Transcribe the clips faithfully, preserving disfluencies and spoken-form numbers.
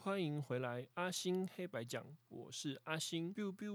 欢迎回来，阿星黑白讲，我是阿星。biu biu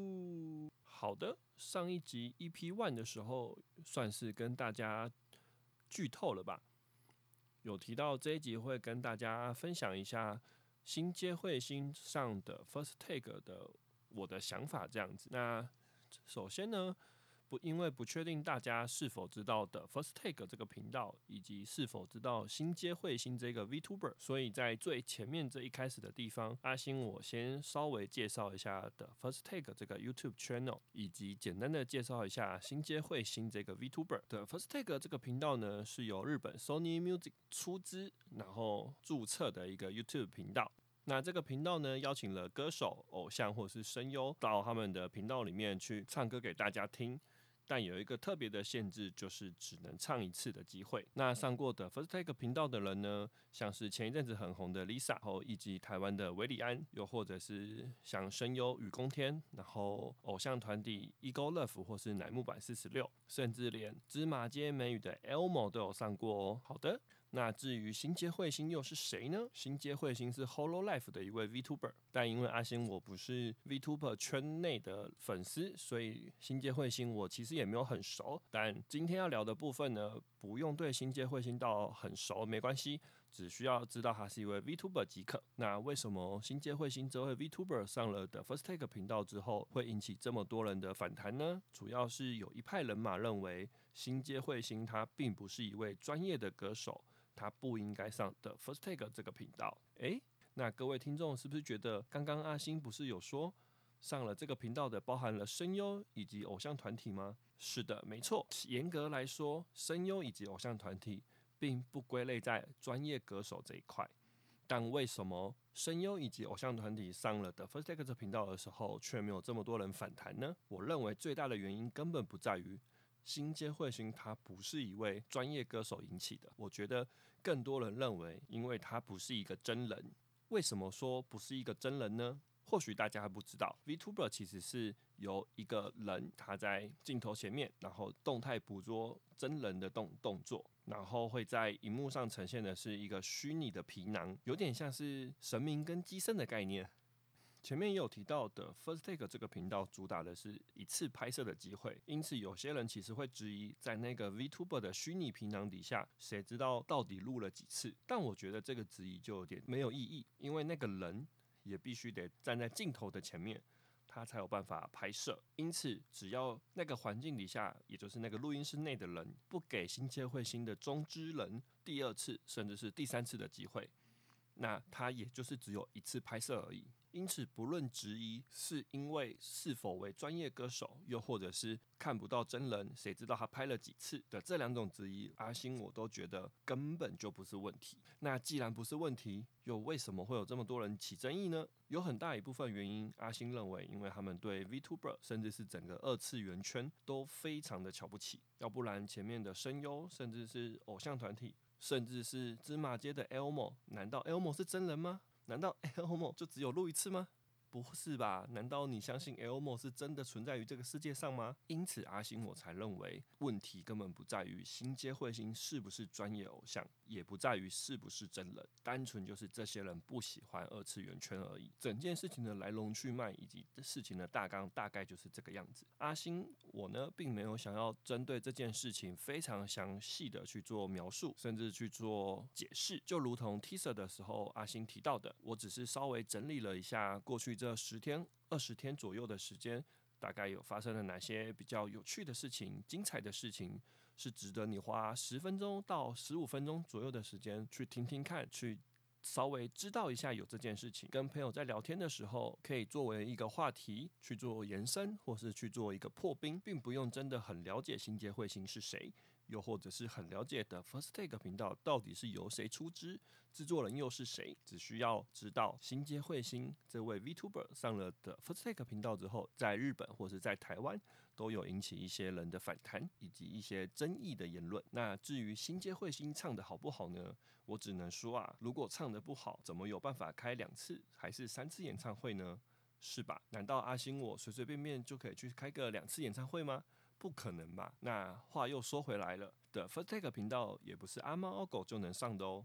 biu。好的，上一集 E P 一 的时候，算是跟大家剧透了吧？有提到这一集会跟大家分享一下新接会新上的 First Take 的我的想法，这样子。那首先呢，不因为不确定大家是否知道的 First Take 这个频道，以及是否知道新接会新这个 VTuber， 所以在最前面这一开始的地方，阿星我先稍微介绍一下的 First Take 这个 YouTube channel， 以及简单的介绍一下新接会新这个 VTuber 的 First Take 这个频道呢，是由日本 Sony Music 出资，然后注册的一个 YouTube 频道。那这个频道呢，邀请了歌手、偶像或是声优到他们的频道里面去唱歌给大家听。但有一个特别的限制，就是只能唱一次的机会。那上过的 First Take 频道的人呢，像是前一阵子很红的 Lisa， 后以及台湾的韦礼安，又或者是像声优雨宫天，然后偶像团体 Ego Love 或是乃木坂四十六，甚至连芝麻街美语的 Elmo 都有上过哦。好的。那至于新接会新又是谁呢？新接会新是 Hololive 的一位 VTuber， 但因为阿星我不是 VTuber 圈内的粉丝，所以新接会新我其实也没有很熟。但今天要聊的部分呢，不用对新接会新到很熟，没关系，只需要知道他是一位 VTuber 即可。那为什么新接会新这位 VTuber 上了的 First Take 频道之后，会引起这么多人的反弹呢？主要是有一派人马认为新接会新他并不是一位专业的歌手，他不应该上的 First Take 这个频道。诶，那各位听众是不是觉得刚刚阿星不是有说上了这个频道的包含了声优以及偶像团体吗？是的，没错。严格来说，声优以及偶像团体并不归类在专业歌手这一块。但为什么声优以及偶像团体上了的 First Take 这频道的时候，却没有这么多人反弹呢？我认为最大的原因根本不在于新接会新他不是一位专业歌手引起的，我觉得更多人认为，因为他不是一个真人。为什么说不是一个真人呢？或许大家还不知道 ，VTuber 其实是由一个人他在镜头前面，然后动态捕捉真人的动动作，然后会在荧幕上呈现的是一个虚拟的皮囊，有点像是神明跟机身的概念。前面也有提到的 First Take 这个频道主打的是一次拍摄的机会，因此有些人其实会质疑，在那个 VTuber 的虚拟皮囊底下，谁知道到底录了几次？但我觉得这个质疑就有点没有意义，因为那个人也必须得站在镜头的前面，他才有办法拍摄。因此，只要那个环境底下，也就是那个录音室内的人，不给新接会新的中之人第二次甚至是第三次的机会，那他也就是只有一次拍摄而已。因此不论质疑是因为是否为专业歌手，又或者是看不到真人，谁知道他拍了几次的这两种质疑，阿星我都觉得根本就不是问题。那既然不是问题，又为什么会有这么多人起争议呢？有很大一部分原因，阿星认为因为他们对 VTuber 甚至是整个二次元圈都非常的瞧不起，要不然前面的声优甚至是偶像团体，甚至是芝麻街的 Elmo， 难道 Elmo 是真人吗？难道 Elmo 就只有录一次吗？不是吧？难道你相信 Elmo 是真的存在于这个世界上吗？因此阿星我才认为问题根本不在于新接会新是不是专业偶像，也不在于是不是真人，单纯就是这些人不喜欢二次元圈而已。整件事情的来龙去脉以及事情的大纲大概就是这个样子。阿星我呢并没有想要针对这件事情非常详细的去做描述，甚至去做解释，就如同 teaser 的时候阿星提到的，我只是稍微整理了一下过去这十天、二十天左右的时间，大概有发生了哪些比较有趣的事情、精彩的事情，是值得你花十分钟到十五分钟左右的时间去听听看，去稍微知道一下有这件事情，跟朋友在聊天的时候可以作为一个话题去做延伸，或是去做一个破冰，并不用真的很了解新接会新是谁，又或者是很了解的 First Take 频道到底是由谁出资，制作人又是谁，只需要知道新接会新这位 VTuber 上了的 First Take 频道之后，在日本或是在台湾都有引起一些人的反弹以及一些争议的言论。那至于新接会新唱的好不好呢？我只能说啊，如果唱的不好，怎么有办法开两次还是三次演唱会呢？是吧？难道阿星我随随便便就可以去开个两次演唱会吗？不可能吧？那话又说回来了，的 First Take 频道也不是阿猫阿狗就能上的哦。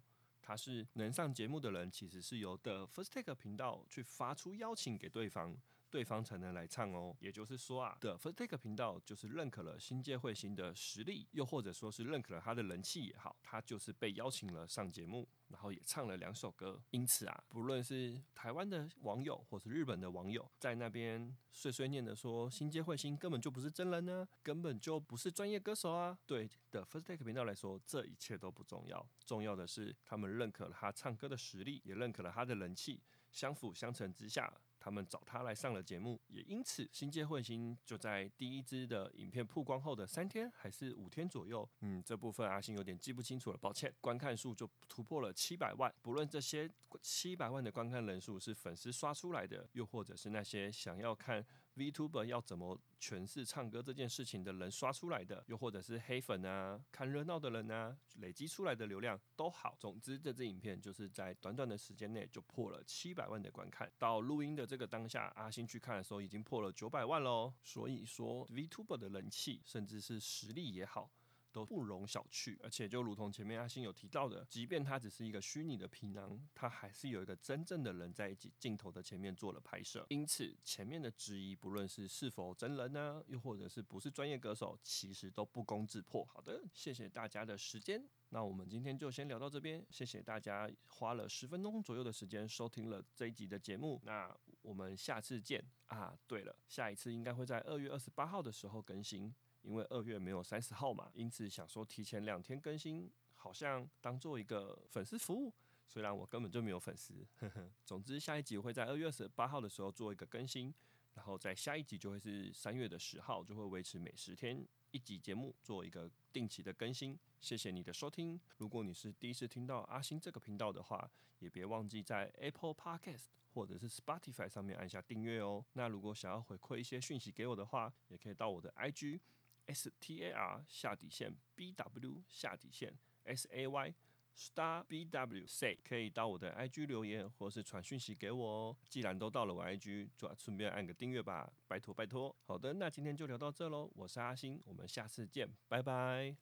他是能上节目的人，其实是由 The First Take 频道去发出邀请给对方，对方才能来唱哦。也就是说啊，The First Take 频道就是认可了新界彗星的实力，又或者说是认可了他的人气也好，他就是被邀请了上节目，然后也唱了两首歌。因此啊，不论是台湾的网友或是日本的网友，在那边碎碎念的说新界彗星根本就不是真人呢、啊，根本就不是专业歌手啊。对的 First Take 频道来说，这一切都不重要，重要的是他们认可了他唱歌的实力，也认可了他的人气，相辅相成之下，他们找他来上了节目，也因此新界彗星就在第一支的影片曝光后的三天还是五天左右，嗯，这部分阿星有点记不清楚了，抱歉。观看数就突破了七百万，不论这些七百万的观看人数是粉丝刷出来的，又或者是那些想要看 VTuber 要怎么诠释唱歌这件事情的人刷出来的，又或者是黑粉啊、看热闹的人啊累积出来的流量都好。总之，这支影片就是在短短的时间内就破了七百万的观看。到录音的这个当下，阿星去看的时候已经破了九百万喽。所以说 VTuber 的人气甚至是实力也好，都不容小觑。而且就如同前面阿星有提到的，即便它只是一个虚拟的皮囊，它还是有一个真正的人在镜头的前面做了拍摄。因此前面的质疑，不论是是否真人呢、啊，又或者是不是专业歌手，其实都不攻自破。好的，谢谢大家的时间，那我们今天就先聊到这边，谢谢大家花了十分钟左右的时间收听了这一集的节目，那我们下次见啊！对了，下一次应该会在二月二十八号的时候更新，因为二月没有三十号嘛，因此想说提前两天更新，好像当做一个粉丝服务。虽然我根本就没有粉丝，呵呵。总之下一集我会在二月二十八号的时候做一个更新，然后在下一集就会是三月的十号，就会维持每十天一集节目做一个定期的更新。谢谢你的收听，如果你是第一次听到阿星这个频道的话，也别忘记在 Apple Podcast 或者是 Spotify 上面按下订阅哦。那如果想要回馈一些讯息给我的话，也可以到我的 I G S T A R 下底线 B W 下底线 S A Y Star B W Say， 可以到我的 I G 留言或是传讯息给我哦。既然都到了我 I G， 就顺便按个订阅吧，拜托拜托。好的，那今天就聊到这喽，我是阿星，我们下次见，拜拜。